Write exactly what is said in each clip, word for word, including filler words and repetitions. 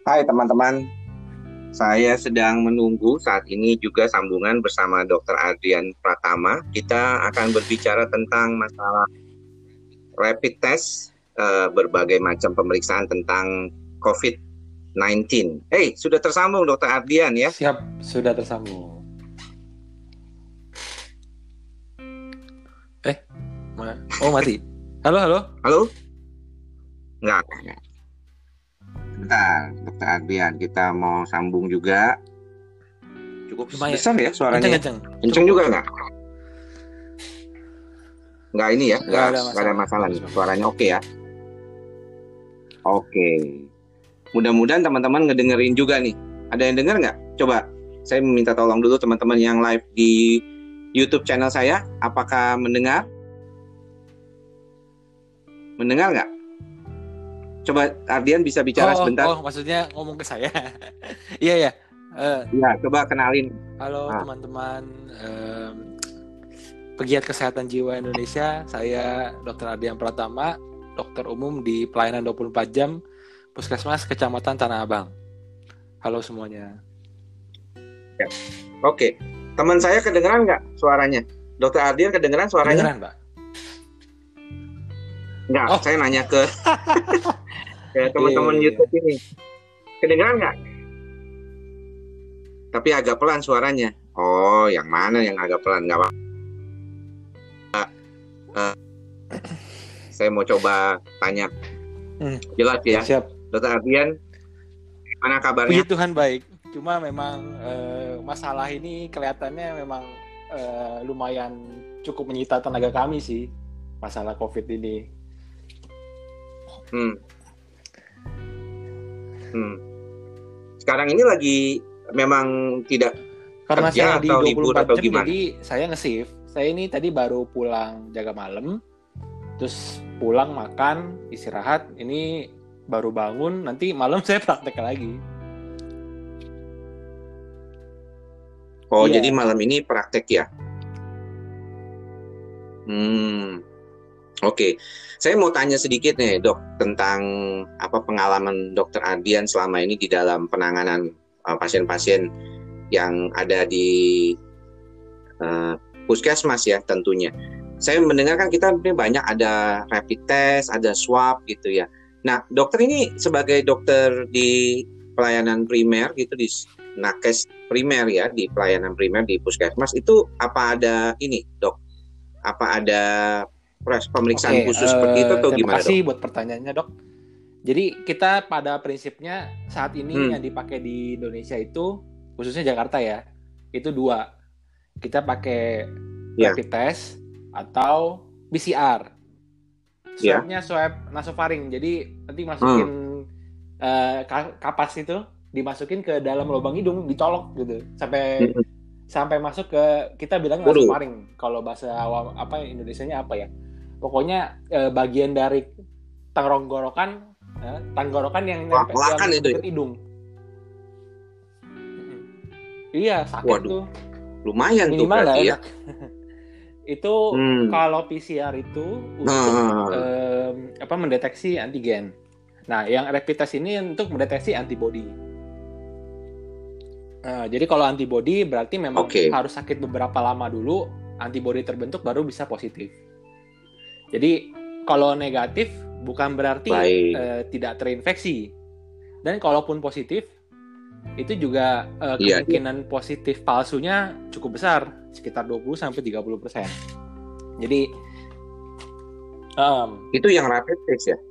Hai teman-teman, saya sedang menunggu saat ini juga sambungan bersama dokter Adrian Pratama. Kita akan berbicara tentang masalah rapid test, eh, berbagai macam pemeriksaan tentang covid sembilan belas. Hey, sudah tersambung dokter Adrian ya? Siap, sudah tersambung. Eh, ma- oh mati. Halo, halo. Halo? Enggak, enggak. Bentar, dokter Adrian, kita mau sambung juga. Cukup Lumayan. besar ya suaranya ya? Kenceng-kenceng. Kenceng Cukup. juga nggak? Nggak ini ya, Nggak nggak, ada nggak ada masalah. masalah Bagus, nih. bagus. Suaranya oke ya? Oke. Mudah-mudahan teman-teman ngedengerin juga nih. Ada yang dengar nggak? Coba, saya meminta tolong dulu teman-teman yang live di YouTube channel saya. Apakah mendengar? Mendengar nggak? Coba Ardian bisa Oh, bicara oh, sebentar. oh, maksudnya ngomong ke saya. Iya, ya. Eh, Ya, coba kenalin. halo Ah, teman-teman. Em, pegiat kesehatan jiwa Indonesia. Saya dokter Ardian Pratama, dokter umum di pelayanan dua puluh empat jam Puskesmas Kecamatan Tanah Abang. Halo semuanya. ya. Oke. Teman saya kedengeran nggak suaranya? dokter Ardian kedengeran suaranya? Kedengeran, Pak? Nggak, Oh, saya nanya ke, ke iya, teman-teman iya, iya. YouTube ini. Kedengeran nggak? Tapi agak pelan suaranya. Oh, yang mana yang agak pelan? Nggak apa-apa. Eh, saya mau coba tanya Hmm, jelas ya. siap. dokter Ardian, mana kabarnya? Puji Tuhan baik. Cuma memang eh, masalah ini kelihatannya memang eh, lumayan cukup menyita tenaga kami sih, masalah COVID ini. Hmm, hmm. Sekarang ini lagi memang tidak Karena saya kerja di atau libur dua puluh empat atau jam gimana? jadi saya nge-shift. Saya ini tadi baru pulang jaga malam, terus pulang makan, istirahat. Ini baru bangun, nanti malam saya praktek lagi. Oh, jadi Iya, malam ini praktek ya? Hmm, oke. Saya mau tanya sedikit nih, dok, tentang apa pengalaman dokter Ardian selama ini di dalam penanganan uh, pasien-pasien yang ada di uh, puskesmas ya tentunya. Saya mendengar kan kita ini banyak ada rapid test, ada swab gitu ya. Nah, dokter ini sebagai dokter di pelayanan primer gitu di nakes primer ya, di pelayanan primer di puskesmas itu apa ada ini, dok? Apa ada pres- oke. pemeriksaan khusus seperti itu Eh, atau terima gimana, dok? kasih buat pertanyaannya, Dok. Jadi kita pada prinsipnya saat ini Hmm, yang dipakai di Indonesia itu khususnya Jakarta ya, itu dua. Kita pakai ya, rapid test atau P C R. ya. Swabnya swab nasofaring. Jadi nanti Hmm, masukin eh, kapas itu dimasukin ke dalam lubang hidung, dicolok gitu sampai hmm. sampai masuk ke kita bilang Waduh, nasofaring. Kalau bahasa awam apa Indonesianya apa ya? Pokoknya eh, bagian dari tenggorokan eh, tenggorokan yang nempel yang wak-wakan itu ya. deket hidung. Iya, sakit Waduh, tuh. lumayan tuh Minimal nggak berarti ya. enak. Itu Hmm. kalau P C R itu untuk Nah, um, apa mendeteksi antigen. Nah, yang rapid test ini untuk mendeteksi antibody. Nah, jadi kalau antibody berarti memang oke, harus sakit beberapa lama dulu, antibody terbentuk baru bisa positif. Jadi kalau negatif bukan berarti baik. eh, tidak terinfeksi. Dan kalaupun positif, itu juga eh, Iya, iya. kemungkinan positif palsunya cukup besar, sekitar dua puluh sampai tiga puluh persen. Jadi um, Itu yang rapid test ya.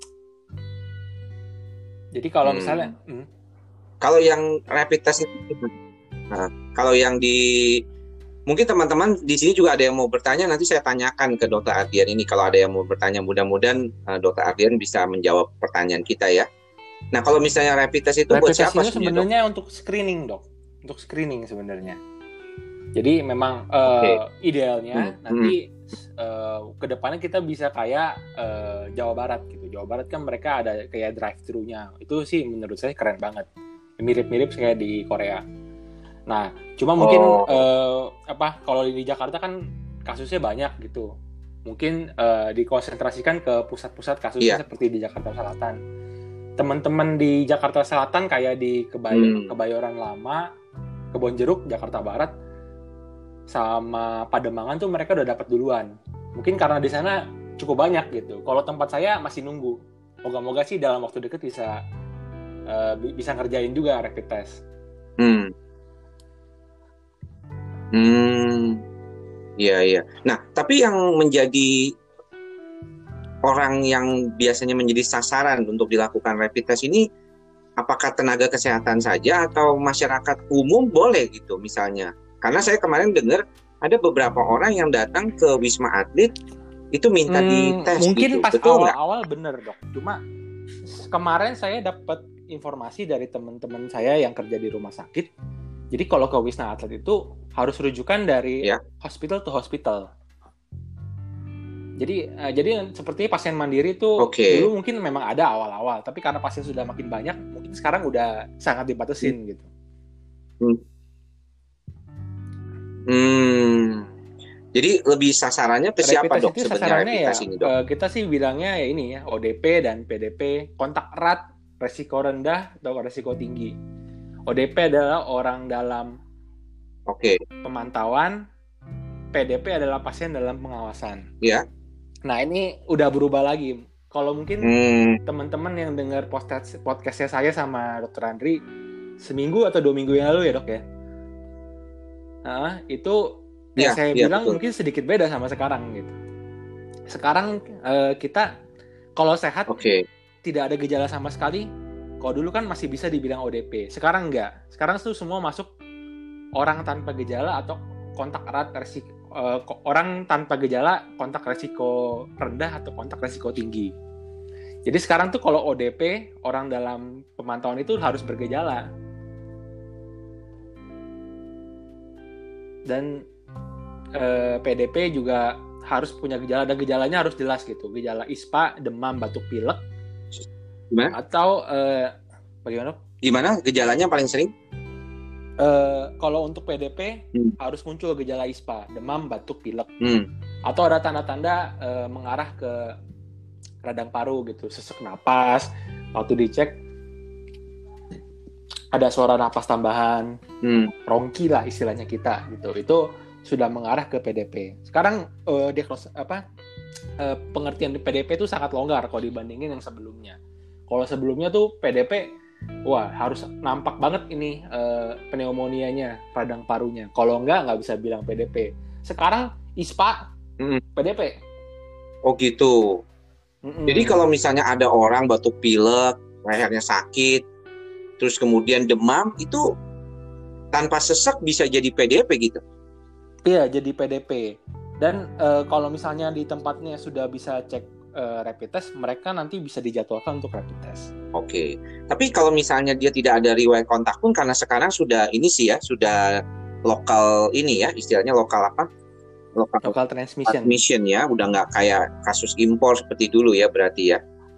jadi kalau misalnya Hmm. hmm, Kalau yang rapid test itu, nah, kalau yang di mungkin teman-teman di sini juga ada yang mau bertanya, nanti saya tanyakan ke dokter Ardian ini. Kalau ada yang mau bertanya, mudah-mudahan uh, dokter Ardian bisa menjawab pertanyaan kita ya. Nah, kalau misalnya rapid test itu buat rapid test siapa itu sebenarnya, dok? sebenarnya untuk screening, Dok. Untuk screening sebenarnya. Jadi memang Oke. uh, idealnya Hmm. Hmm. nanti uh, kedepannya kita bisa kayak uh, Jawa Barat gitu. Jawa Barat kan mereka ada kayak drive-thru-nya. Itu sih menurut saya keren banget. Mirip-mirip kayak di Korea. Nah, cuma mungkin Oh, uh, apa kalau di Jakarta kan kasusnya banyak gitu. Mungkin uh, dikonsentrasikan ke pusat-pusat kasusnya iya. seperti di Jakarta Selatan. teman-teman di Jakarta Selatan kayak di Kebay- Hmm. Kebayoran Lama, Kebonjeruk, Jakarta Barat, sama Pademangan tuh mereka udah dapat duluan. Mungkin karena di sana cukup banyak gitu. Kalau tempat saya masih nunggu. Moga-moga sih dalam waktu dekat bisa uh, bisa ngerjain juga rapid test. Hmm. Hmm. Iya, iya. Nah, tapi yang menjadi orang yang biasanya menjadi sasaran untuk dilakukan rapid test ini, apakah tenaga kesehatan saja atau masyarakat umum boleh gitu misalnya? Karena saya kemarin dengar ada beberapa orang yang datang ke Wisma Atlet itu minta Hmm, dites mungkin gitu. pas Betul nggak? awal-awal bener dok. Cuma kemarin saya dapat informasi dari teman-teman saya yang kerja di rumah sakit. Jadi kalau ke Wisma Atlet itu harus rujukan dari Ya. hospital to hospital. Jadi uh, jadi seperti pasien mandiri itu Oke. dulu mungkin memang ada awal-awal, tapi karena pasien sudah makin banyak, mungkin sekarang udah sangat dibatasin gitu. Hmm. Hmm. Jadi lebih sasarannya ke siapa Rapid test dok itu sebenarnya sasarannya rapid ya, test ini dok? uh, kita sih bilangnya ya ini ya, O D P dan P D P, kontak erat, resiko rendah atau resiko tinggi. O D P adalah orang dalam Oke. pemantauan, P D P adalah pasien dalam pengawasan. Ya. Nah ini udah berubah lagi. Kalau mungkin Hmm. teman-teman yang dengar podcast podcastnya saya sama dokter Andri seminggu atau dua minggu yang lalu ya dok ya. Nah, itu yang Ya, saya ya, bilang betul. mungkin sedikit beda sama sekarang gitu. Sekarang eh, kita kalau sehat Oke. tidak ada gejala sama sekali. Kalau dulu kan masih bisa dibilang O D P. Sekarang enggak. Sekarang tuh semua masuk orang tanpa gejala atau kontak erat resiko uh, orang tanpa gejala, kontak resiko rendah atau kontak resiko tinggi. Jadi sekarang tuh kalau O D P orang dalam pemantauan itu harus bergejala. Dan uh, P D P juga harus punya gejala dan gejalanya harus jelas gitu. Gejala ispa, demam, batuk pilek. Gimana? Atau uh, bagaimana? Gimana gejalanya paling sering? Uh, kalau untuk P D P Hmm. harus muncul gejala ispa, demam, batuk, pilek, Hmm. atau ada tanda-tanda uh, mengarah ke radang paru gitu, sesak napas, waktu dicek ada suara napas tambahan, Hmm. rongki lah istilahnya kita gitu, itu sudah mengarah ke P D P. Sekarang uh, diagnosis apa uh, pengertian P D P itu sangat longgar kalau dibandingin yang sebelumnya. Kalau sebelumnya tuh P D P wah harus nampak banget ini uh, pneumonianya, radang parunya. Kalau enggak nggak bisa bilang P D P. Sekarang ispa, Mm-mm. P D P. Oh gitu. Mm-mm. Jadi kalau misalnya ada orang batuk pilek, lehernya sakit, terus kemudian demam, itu tanpa sesak bisa jadi P D P gitu? Iya, jadi P D P. Dan uh, kalau misalnya di tempatnya sudah bisa cek uh, rapid test, mereka nanti bisa dijadwalkan untuk rapid test. Oke. Tapi kalau misalnya dia tidak ada riwayat kontak pun, karena sekarang sudah ini sih ya, sudah lokal ini ya, istilahnya lokal apa? Lokal Local transmission. transmission ya, udah nggak kayak kasus impor seperti dulu ya berarti ya.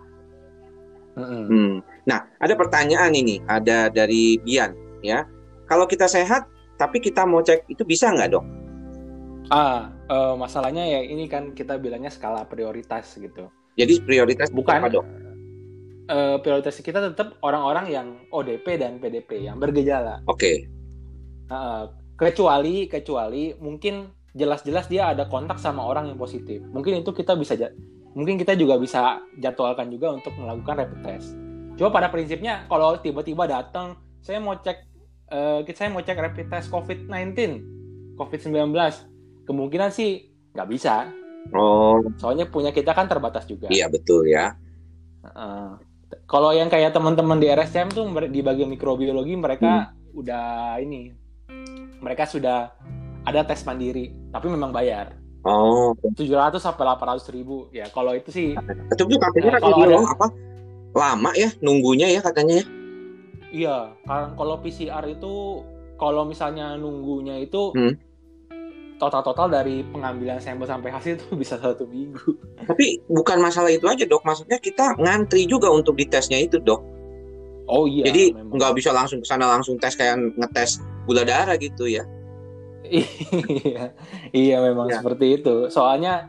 Mm-mm. Hmm. Nah, ada pertanyaan ini, ada dari Bian ya. Kalau kita sehat, tapi kita mau cek itu bisa nggak dok? Ah, uh, masalahnya ya ini kan kita bilangnya skala prioritas gitu. Jadi prioritas Bukan apa dok? uh, prioritas kita tetap orang-orang yang O D P dan P D P yang bergejala. Oke. Uh, kecuali kecuali mungkin jelas-jelas dia ada kontak sama orang yang positif. Mungkin itu kita bisa mungkin kita juga bisa jadwalkan juga untuk melakukan rapid test. Cuma pada prinsipnya kalau tiba-tiba datang, saya mau cek uh, saya mau cek rapid test covid sembilan belas, covid sembilan belas, kemungkinan sih nggak bisa. Oh. Soalnya punya kita kan terbatas juga. Iya betul ya. Uh, kalau yang kayak teman-teman di R S C M tuh di bagian mikrobiologi mereka Hmm. udah ini, mereka sudah ada tes mandiri, tapi memang bayar. Oh. tujuh ratus sampai delapan ratus ribu. Ya kalau itu sih. Itu juga katanya Nah, kalau ini ada- loh, apa lama ya nunggunya ya katanya ya. Iya, karena kalau P C R itu kalau misalnya nunggunya itu Hmm. total-total dari pengambilan sampel sampai hasil itu bisa satu minggu. Tapi bukan masalah itu aja dok, maksudnya kita ngantri juga untuk ditesnya itu dok. Oh iya. Jadi memang. nggak bisa langsung ke sana langsung tes kayak ngetes gula darah gitu ya. Iya, iya memang Ya. seperti itu. Soalnya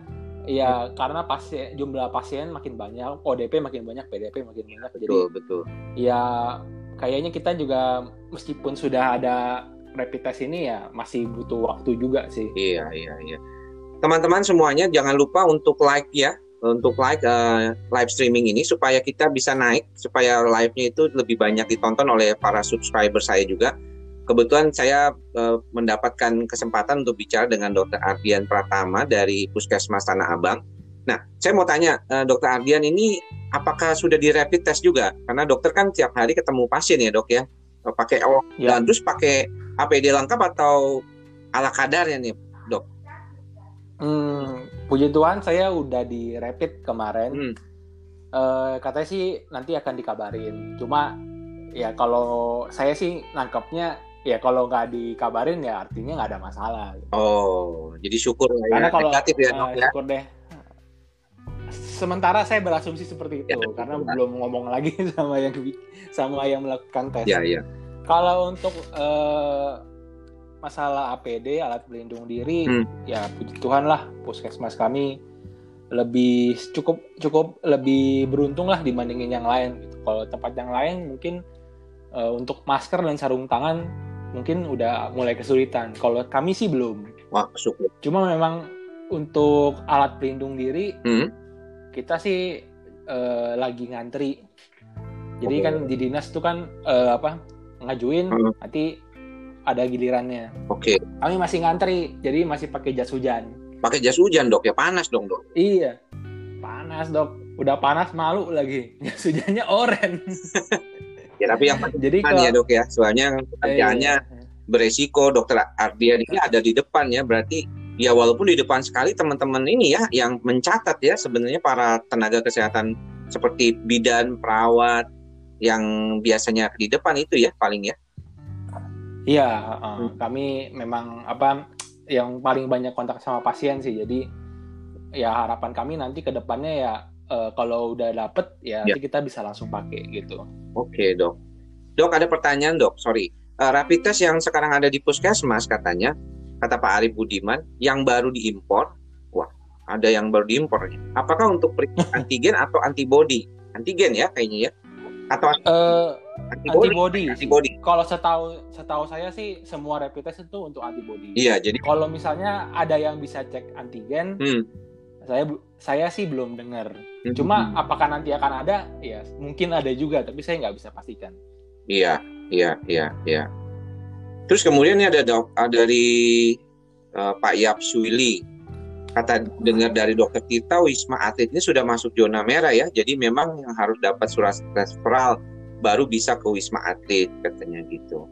Ya karena pasien, jumlah pasien makin banyak, O D P makin banyak, P D P makin banyak. Betul, jadi betul. Ya kayaknya kita juga meskipun sudah ada rapid test ini ya masih butuh waktu juga sih. Iya, iya, iya. Teman-teman semuanya jangan lupa untuk like ya, untuk like uh, live streaming ini supaya kita bisa naik, supaya live-nya itu lebih banyak ditonton oleh para subscriber saya juga. Kebetulan saya uh, mendapatkan kesempatan untuk bicara dengan dokter Ardian Pratama dari Puskesmas Tanah Abang. Nah, saya mau tanya, uh, dokter Ardian ini apakah sudah di rapid test juga? Karena dokter kan tiap hari ketemu pasien ya dok ya, pakai oh, Ya. dan terus pakai A P D lengkap atau ala kadarnya nih dok? Hmm, puji Tuhan saya udah di rapid kemarin. Hmm. Uh, katanya sih nanti akan dikabarin. Cuma ya kalau saya sih nangkepnya ya kalau nggak dikabarin ya artinya nggak ada masalah. Oh, jadi syukur lah ya. Karena kalau Negatif ya, uh, dok ya. syukur deh. Sementara saya berasumsi seperti itu Ya, karena betul. belum ngomong lagi sama yang sama yang melakukan tes. Ya, ya. Kalau untuk uh, masalah A P D alat pelindung diri, Hmm. ya puji Tuhan lah puskesmas kami lebih cukup cukup lebih beruntung lah dibandingin yang lain. Gitu. Kalau tempat yang lain mungkin uh, untuk masker dan sarung tangan mungkin udah mulai kesulitan. Kalau kami sih belum. Wah, syukur. Cuma memang untuk alat pelindung diri Hmm. kita sih uh, lagi ngantri. Jadi Oh. kan di dinas itu kan uh, apa ngajuin Hmm. nanti ada gilirannya. Oke. Kami masih ngantri, jadi masih pakai jas hujan. Pakai jas hujan dok ya, panas dong dok. Iya, panas dok. Udah panas malu lagi. Jas hujannya oranye. Ya tapi yang penting Jadi kan kalau ya dok ya, soalnya pekerjaannya eh, beresiko. Dokter Ardian ini ada di depan ya, berarti ya walaupun di depan sekali teman-teman ini ya yang mencatat ya sebenarnya para tenaga kesehatan seperti bidan, perawat yang biasanya di depan itu ya paling ya. Iya, uh, kami memang apa yang paling banyak kontak sama pasien sih. Jadi ya harapan kami nanti ke depannya ya uh, kalau udah dapet ya, Ya. nanti kita bisa langsung pakai gitu. Oke dok. Dok ada pertanyaan dok, sorry. Uh, rapid test yang sekarang ada di puskesmas katanya, kata Pak Arif Budiman, yang baru diimpor. Wah, ada yang baru diimpor. Apakah untuk periksa antigen atau antibody? Antigen ya kayaknya ya. Atau Uh, antibody? antibody. Antibody. Kalau setahu setahu saya sih semua rapid test itu untuk antibody. Iya, jadi Kalau misalnya ada yang bisa cek antigen, hmm. saya saya sih belum dengar. Hmm. Cuma apakah nanti akan ada? Ya mungkin ada juga, tapi saya nggak bisa pastikan. Iya, iya, iya, iya. Terus kemudian ini ada dok, ada dari uh, Pak Yap Suili. Kata dengar dari dokter kita, Wisma Atlet ini sudah masuk zona merah ya. Jadi memang yang harus dapat surat referral baru bisa ke Wisma Atlet katanya gitu.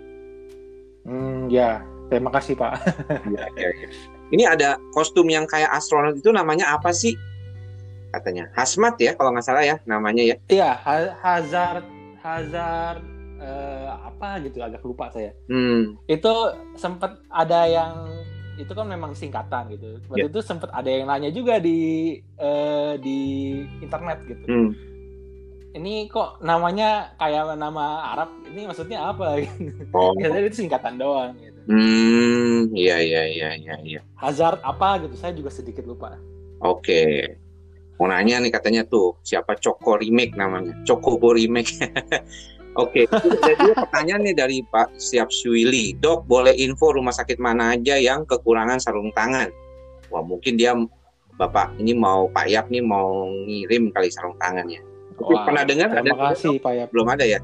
Hmm, ya, terima kasih Pak. Ya, ya, ya. Ini ada kostum yang kayak astronot itu namanya apa sih? Katanya hazmat ya kalau nggak salah ya namanya ya. Iya, ha- hazard hazard eh, apa gitu agak lupa saya. Hmm. Itu sempat ada yang itu kan memang singkatan gitu. Waktu Ya. itu sempat ada yang nanya juga di eh, di internet gitu. Hmm. Ini kok namanya kayak nama Arab, ini maksudnya apa? Oh. Ya itu singkatan doang gitu. Hmm. Iya, iya, iya, iya, iya. Hazard apa gitu, saya juga sedikit lupa. Oke. Mau nanya nih katanya tuh siapa Coko Remake namanya, Cokobo Remake. Oke, itu ada dua pertanyaan nih dari Pak Siap Suili. Dok, boleh info rumah sakit mana aja yang kekurangan sarung tangan? Wah, mungkin dia Bapak ini mau Pak Yap nih mau ngirim kali sarung tangannya. Tapi Wah, pernah dengar ada? terima kasih Pak Yap. Belum ada ya?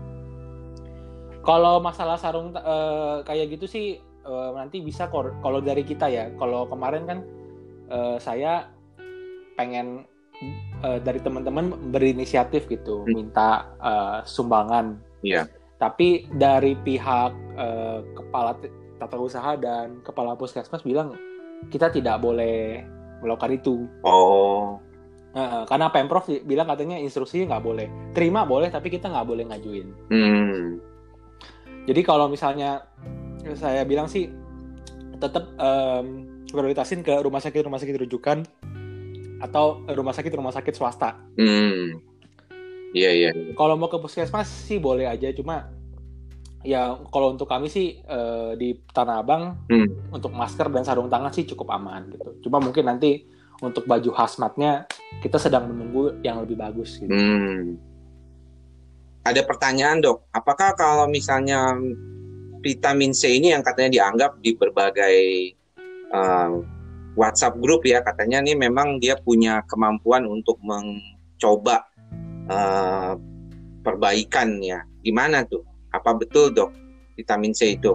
Kalau masalah sarung eh, kayak gitu sih eh, nanti bisa kor- kalau dari kita ya. Kalau kemarin kan eh, saya pengen eh, dari teman-teman berinisiatif gitu, Hmm. minta eh, sumbangan. Iya. Tapi dari pihak eh, kepala t- tata usaha dan kepala puskesmas bilang kita tidak boleh melakukan itu. Oh. Eh, karena Pemprov bilang katanya instruksinya nggak boleh. Terima boleh, tapi kita nggak boleh ngajuin. Hmm. Jadi kalau misalnya saya bilang sih tetap um, prioritasin ke rumah sakit rumah sakit rujukan atau rumah sakit rumah sakit swasta. Hmm. Iya, iya. Kalau mau ke puskesmas sih boleh aja, cuma ya kalau untuk kami sih eh, di Tanah Abang Hmm. untuk masker dan sarung tangan sih cukup aman gitu. Cuma mungkin nanti untuk baju hazmatnya kita sedang menunggu yang lebih bagus gitu. Hmm. Ada pertanyaan dok, apakah kalau misalnya vitamin C ini yang katanya dianggap di berbagai uh, WhatsApp grup ya, katanya nih memang dia punya kemampuan untuk mencoba uh, perbaikan ya, gimana tuh? Apa betul dok vitamin C itu?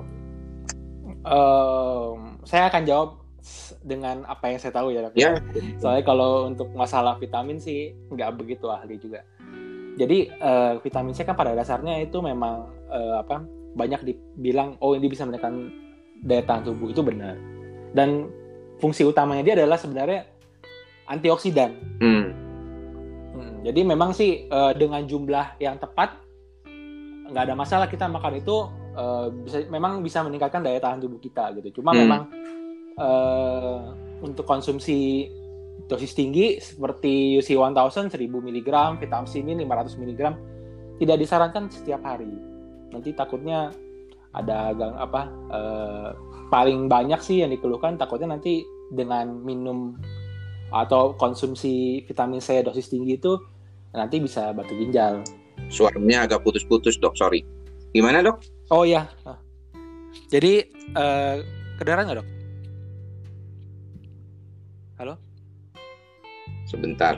Uh, saya akan jawab dengan apa yang saya tahu ya dok. Ya. Soalnya kalau untuk masalah vitamin sih nggak begitu ahli juga. Jadi uh, vitamin C kan pada dasarnya itu memang uh, apa banyak dibilang oh ini bisa menekan daya tahan tubuh, itu benar. Dan fungsi utamanya dia adalah sebenarnya antioksidan. Hmm. Hmm, jadi memang sih uh, dengan jumlah yang tepat nggak ada masalah kita makan itu uh, bisa memang bisa meningkatkan daya tahan tubuh kita gitu. Cuma hmm. memang uh, untuk konsumsi dosis tinggi seperti U C seribu miligram, vitamin C lima ratus miligram tidak disarankan setiap hari. Nanti takutnya ada gang apa eh, paling banyak sih yang dikeluhkan takutnya nanti dengan minum atau konsumsi vitamin C dosis tinggi itu nanti bisa batu ginjal. Suaranya agak putus-putus dok, sorry. Gimana dok? Oh ya. Jadi eh, kedengaran nggak dok? Halo? Sebentar.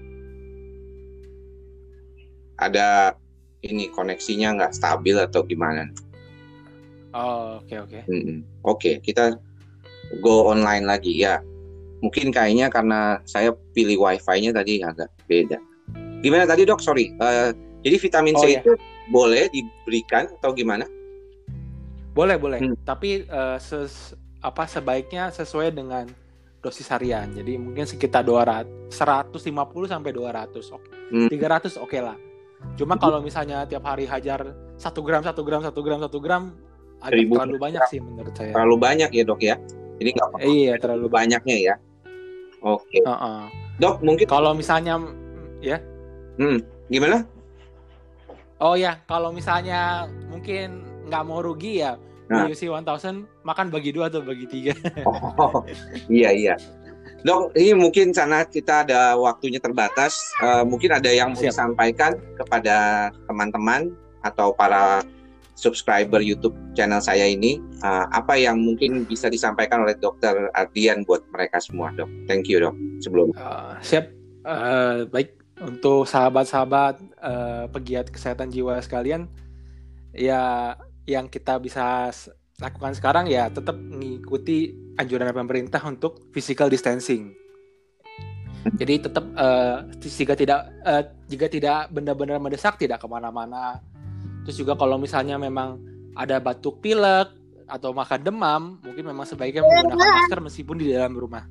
Ada ini koneksinya nggak stabil atau gimana? Oh, oke okay, oke. Okay. Hmm, oke, okay, kita go online lagi ya. Mungkin kayaknya karena saya pilih wifi-nya tadi agak beda. Gimana tadi dok? Sorry. Uh, jadi vitamin C oh, itu ya. Boleh diberikan atau gimana? Boleh boleh. Hmm. Tapi uh, ses, apa sebaiknya sesuai dengan dosis harian. Jadi mungkin sekitar dua ratus, seratus lima puluh sampai dua ratus. Oke. Hmm. tiga ratus oke okay lah. Cuma kalau misalnya tiap hari hajar satu gram, satu gram, satu gram, satu gram agak Ribu terlalu banyak sih menurut saya. Terlalu banyak ya, Dok ya. Jadi enggak apa-apa. Iya, terlalu banyaknya ya. Oke. Okay. Uh-uh. Dok, mungkin kalau misalnya ya. Hmm, gimana? Oh ya, kalau misalnya mungkin nggak mau rugi ya. Nah. U C seribu makan bagi dua atau bagi tiga. Oh, iya iya. Dok, ini mungkin karena kita ada waktunya terbatas, uh, mungkin ada yang mau disampaikan kepada teman-teman atau para subscriber YouTube channel saya ini, uh, apa yang mungkin bisa disampaikan oleh Dokter Ardian buat mereka semua, Dok. Thank you, Dok. Sebelum. Uh, siap. Uh, baik untuk sahabat-sahabat uh, pegiat kesehatan jiwa sekalian, ya. Yang kita bisa lakukan sekarang ya tetap mengikuti anjuran pemerintah untuk physical distancing. Jadi tetap uh, jika tidak uh, jika tidak benar-benar mendesak tidak kemana-mana. Terus juga kalau misalnya memang ada batuk pilek atau makan demam, mungkin memang sebaiknya menggunakan masker meskipun di dalam rumah.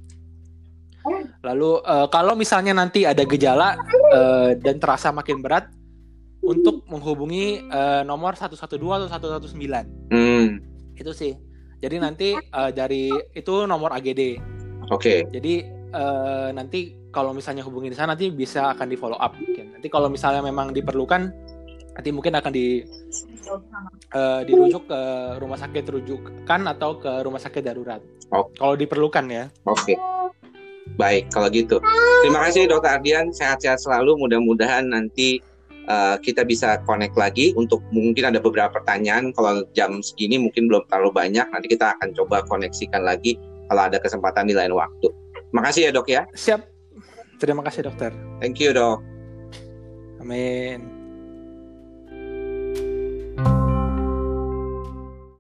Lalu uh, kalau misalnya nanti ada gejala uh, dan terasa makin berat, untuk menghubungi uh, nomor satu satu dua atau satu satu sembilan. Hmm. Itu sih. Jadi nanti uh, dari itu nomor A G D. Oke. Okay. Jadi uh, nanti kalau misalnya hubungi di sana nanti bisa akan di follow up mungkin. Nanti kalau misalnya memang diperlukan nanti mungkin akan di uh, dirujuk ke rumah sakit rujukan atau ke rumah sakit darurat. Okay. Kalau diperlukan ya. Oke. Okay. Baik, kalau gitu. Terima kasih Dokter Ardian, sehat-sehat selalu. Mudah-mudahan nanti Uh, kita bisa connect lagi untuk mungkin ada beberapa pertanyaan. Kalau jam segini mungkin belum terlalu banyak. Nanti kita akan coba koneksikan lagi kalau ada kesempatan di lain waktu. Makasih ya dok ya. Siap. Terima kasih dokter. Thank you dok. Amin.